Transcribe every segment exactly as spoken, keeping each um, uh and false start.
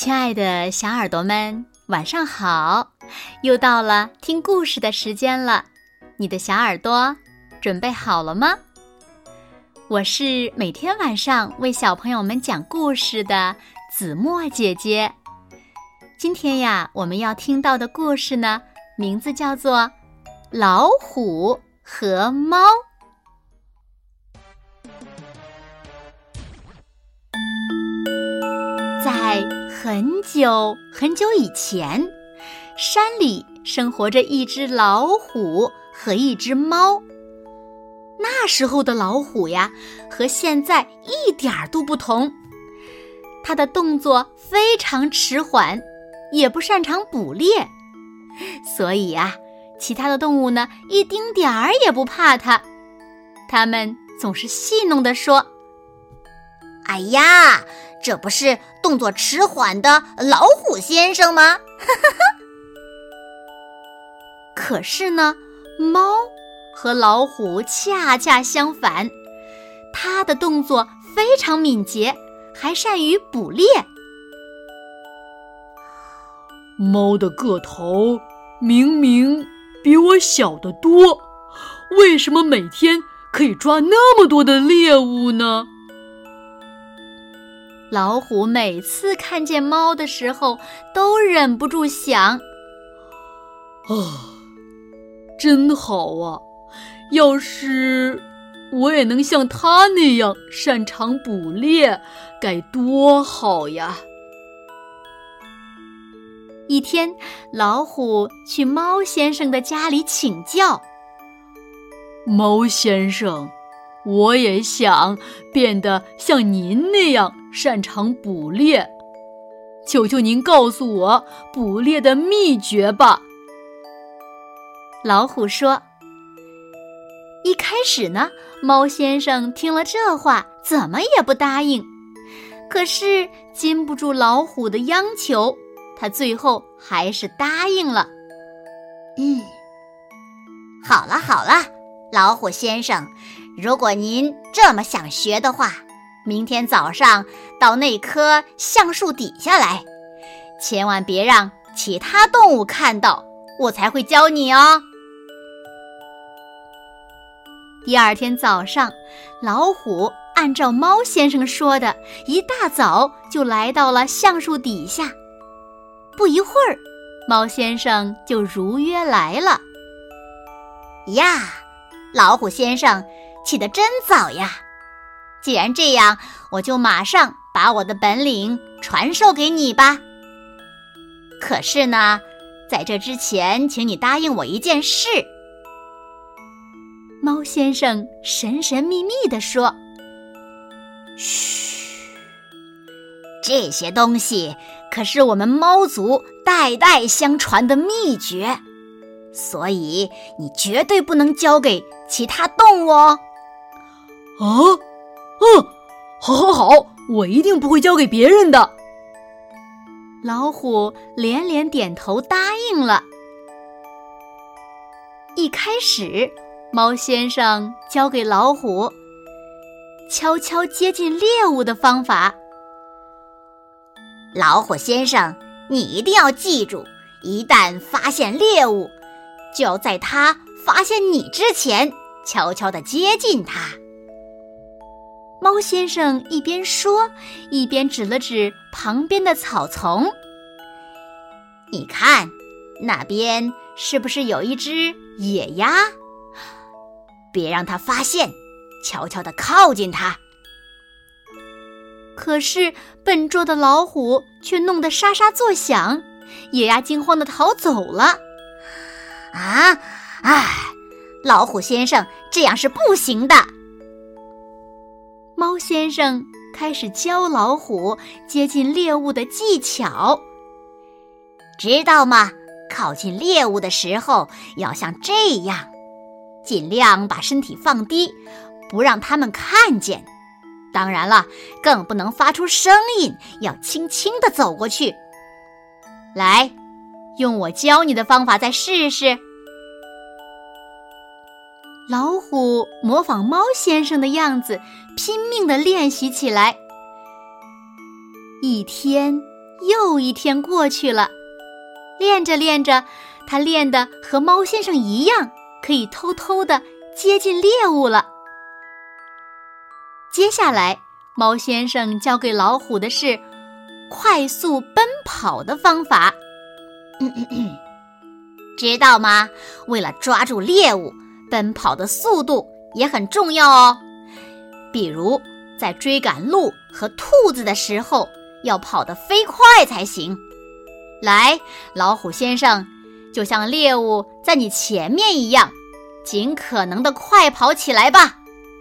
亲爱的小耳朵们，晚上好！又到了听故事的时间了，你的小耳朵准备好了吗？我是每天晚上为小朋友们讲故事的子墨姐姐。今天呀，我们要听到的故事呢，名字叫做《老虎和猫》。在很久很久以前，山里生活着一只老虎和一只猫。那时候的老虎呀，和现在一点儿都不同。它的动作非常迟缓，也不擅长捕猎，所以啊，其他的动物呢，一丁点儿也不怕它。它们总是戏弄地说：“ 哎呀，这不是动作迟缓的老虎先生吗？” 可是呢，猫和老虎恰恰相反，它的动作非常敏捷，还善于捕猎。 猫的个头明明比我小得多，为什么每天可以抓那么多的猎物呢？ 老虎每次看见猫的时候，都忍不住想： 啊，真好啊！要是我也能像它那样擅长捕猎，该多好呀！ 一天，老虎去猫先生的家里请教：“ 猫先生，我也想变得像您那样擅长捕猎，求求您告诉我捕猎的秘诀吧。” 老虎说。一开始呢，猫先生听了这话，怎么也不答应。可是禁不住老虎的央求，他最后还是答应了。 嗯，好了好了，老虎先生，如果您这么想学的话，明天早上到那棵橡树底下来，千万别让其他动物看到，我才会教你哦。 第二天早上，老虎按照猫先生说的，一大早就来到了橡树底下。不一会儿，猫先生就如约来了。 呀，老虎先生起得真早呀！既然这样，我就马上把我的本领传授给你吧。可是呢，在这之前，请你答应我一件事。 猫先生神神秘秘地说：“ 嘘，这些东西可是我们猫族代代相传的秘诀，所以你绝对不能交给其他动物哦。” 啊，嗯，好好好，我一定不会交给别人的。 老虎连连点头答应了。一开始，猫先生教给老虎悄悄接近猎物的方法。 老虎先生，你一定要记住，一旦发现猎物，就要在它发现你之前悄悄地接近它。 猫先生一边说，一边指了指旁边的草丛。 你看，那边是不是有一只野鸭？别让它发现，悄悄地靠近它。 可是笨拙的老虎却弄得沙沙作响，野鸭惊慌地逃走了。 啊，唉，老虎先生，这样是不行的。 猫先生开始教老虎接近猎物的技巧， 知道吗？靠近猎物的时候要像这样，尽量把身体放低，不让它们看见。当然了，更不能发出声音，要轻轻地走过去。来，用我教你的方法再试试。 老虎模仿猫先生的样子，拼命地练习起来。一天又一天过去了，练着练着，他练得和猫先生一样，可以偷偷地接近猎物了。接下来，猫先生教给老虎的是快速奔跑的方法。 咳咳咳知道吗？为了抓住猎物，奔跑的速度也很重要哦。比如在追赶鹿和兔子的时候，要跑得飞快才行。来，老虎先生，就像猎物在你前面一样，尽可能的快跑起来吧。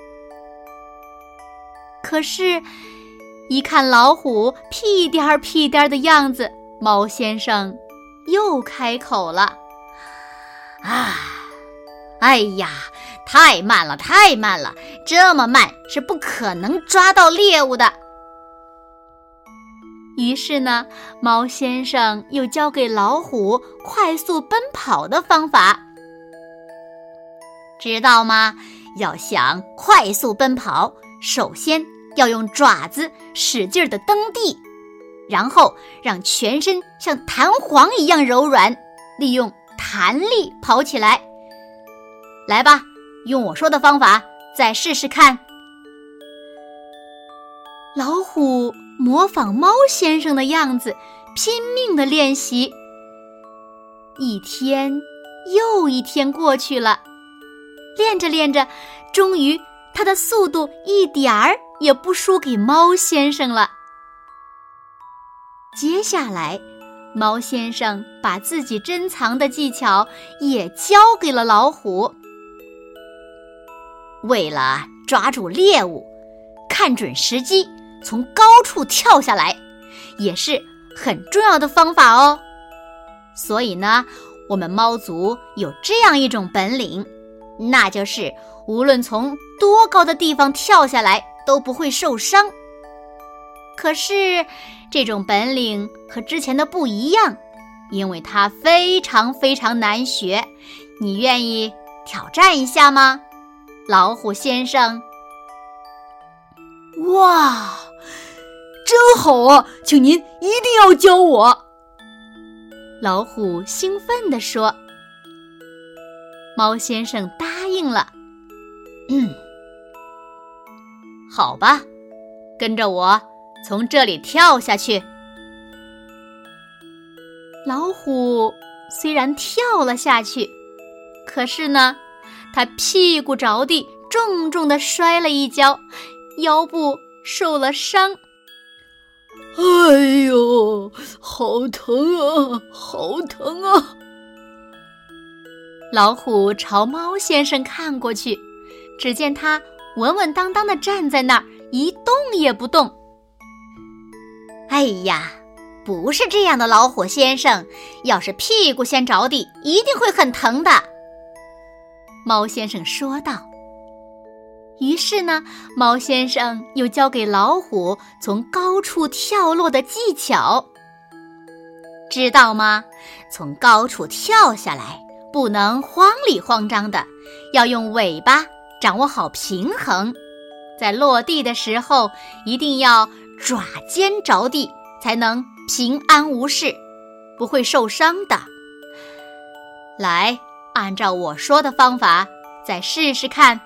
可是，一看老虎屁颠儿屁颠儿的样子，猫先生又开口了： 啊，哎呀，太慢了，太慢了，这么慢是不可能抓到猎物的。 于是呢，猫先生又教给老虎快速奔跑的方法。 知道吗？要想快速奔跑，首先要用爪子使劲地蹬地，然后让全身像弹簧一样柔软，利用弹力跑起来。来吧，用我说的方法再试试看。 老虎模仿猫先生的样子，拼命地练习。一天又一天过去了，练着练着，终于他的速度一点儿也不输给猫先生了。接下来，猫先生把自己珍藏的技巧也教给了老虎。 为了抓住猎物，看准时机，从高处跳下来，也是很重要的方法哦。所以呢，我们猫族有这样一种本领，那就是无论从多高的地方跳下来都不会受伤。可是这种本领和之前的不一样，因为它非常非常难学。你愿意挑战一下吗，老虎先生？ 哇，真好啊，请您一定要教我。 老虎兴奋地说。猫先生答应了。 嗯，好吧，跟着我从这里跳下去。 老虎虽然跳了下去，可是呢，他屁股着地，重重地摔了一跤，腰部受了伤。 哎呦，好疼啊，好疼啊！ 老虎朝猫先生看过去，只见他稳稳当当地站在那儿，一动也不动。 哎呀，不是这样的，老虎先生，要是屁股先着地，一定会很疼的。 猫先生说道。于是呢，猫先生又教给老虎从高处跳落的技巧。 知道吗？从高处跳下来，不能慌里慌张的，要用尾巴掌握好平衡。在落地的时候，一定要爪尖着地，才能平安无事，不会受伤的。来，按照我说的方法，再试试看。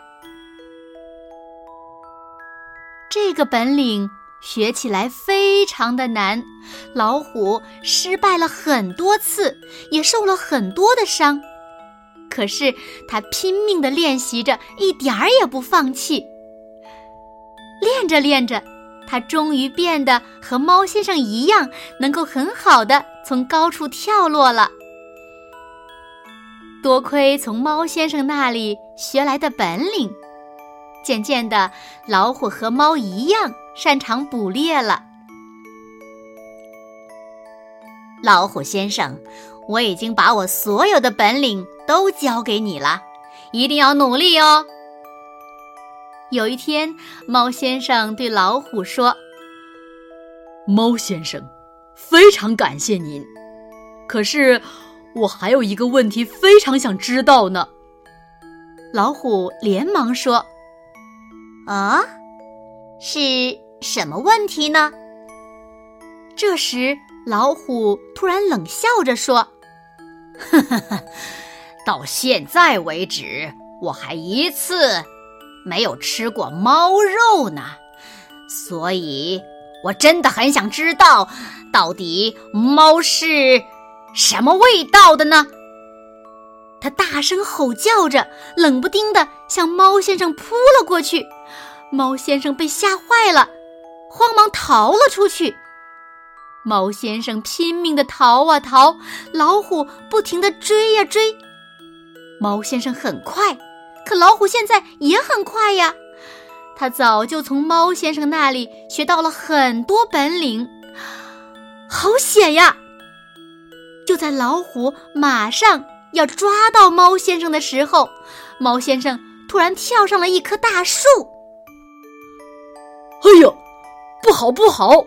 这个本领学起来非常的难，老虎失败了很多次，也受了很多的伤。可是他拼命地练习着，一点儿也不放弃。练着练着，他终于变得和猫先生一样，能够很好地从高处跳落了。多亏从猫先生那里学来的本领，渐渐的，老虎和猫一样擅长捕猎了。 老虎先生，我已经把我所有的本领都教给你了，一定要努力哦。 有一天，猫先生对老虎说： 猫先生，非常感谢您，可是我还有一个问题非常想知道呢。 老虎连忙说： 啊，是什么问题呢？ 这时， 老虎突然冷笑着说： 呵呵呵，到现在为止，我还一次没有吃过猫肉呢，所以我真的很想知道，到底猫是什么味道的呢？ 他大声吼叫着，冷不丁地向猫先生扑了过去。猫先生被吓坏了，慌忙逃了出去。猫先生拼命地逃啊逃，老虎不停地追呀追。猫先生很快，可老虎现在也很快呀。他早就从猫先生那里学到了很多本领。好险呀！就在老虎马上要抓到猫先生的时候，猫先生突然跳上了一棵大树。 哎呦，不好不好！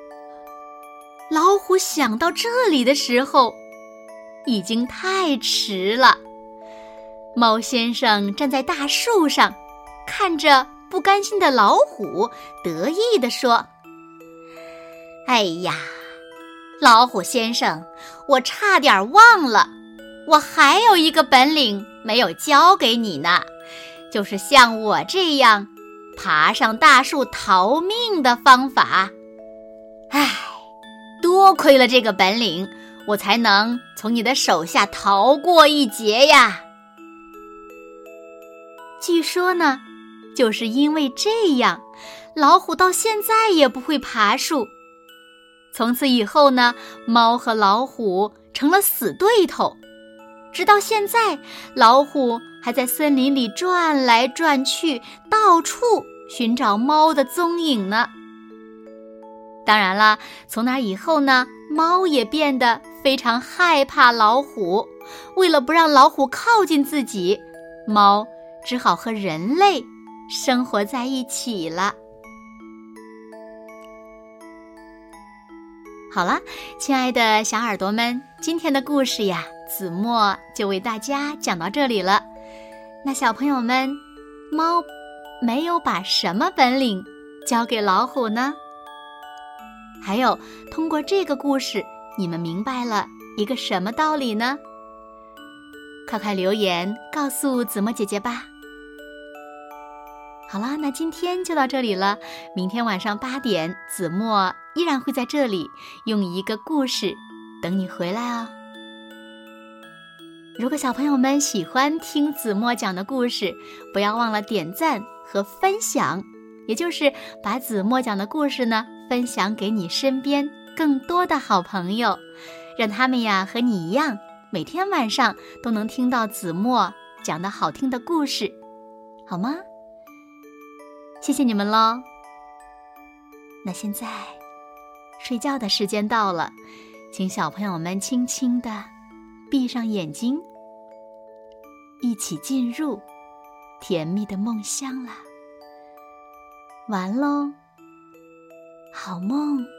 老虎想到这里的时候，已经太迟了。猫先生站在大树上，看着不甘心的老虎，得意地说： 哎呀，老虎先生，我差点忘了，我还有一个本领没有教给你呢，就是像我这样爬上大树逃命的方法。唉，多亏了这个本领，我才能从你的手下逃过一劫呀。 据说呢，就是因为这样，老虎到现在也不会爬树。从此以后呢，猫和老虎成了死对头。直到现在，老虎还在森林里转来转去，到处寻找猫的踪影呢。当然了，从那以后呢，猫也变得非常害怕老虎。为了不让老虎靠近自己，猫只好和人类生活在一起了。好了，亲爱的小耳朵们，今天的故事呀，子墨就为大家讲到这里了。那小朋友们，猫没有把什么本领交给老虎呢？还有，通过这个故事，你们明白了一个什么道理呢？快快留言告诉子墨姐姐吧。好啦，那今天就到这里了。明天晚上八点，子墨依然会在这里用一个故事等你回来哦。如果小朋友们喜欢听子墨讲的故事，不要忘了点赞和分享，也就是把子墨讲的故事呢分享给你身边更多的好朋友，让他们呀和你一样，每天晚上都能听到子墨讲的好听的故事，好吗？谢谢你们咯。那现在睡觉的时间到了，请小朋友们轻轻地闭上眼睛，一起进入甜蜜的梦乡啦。完喽，好梦。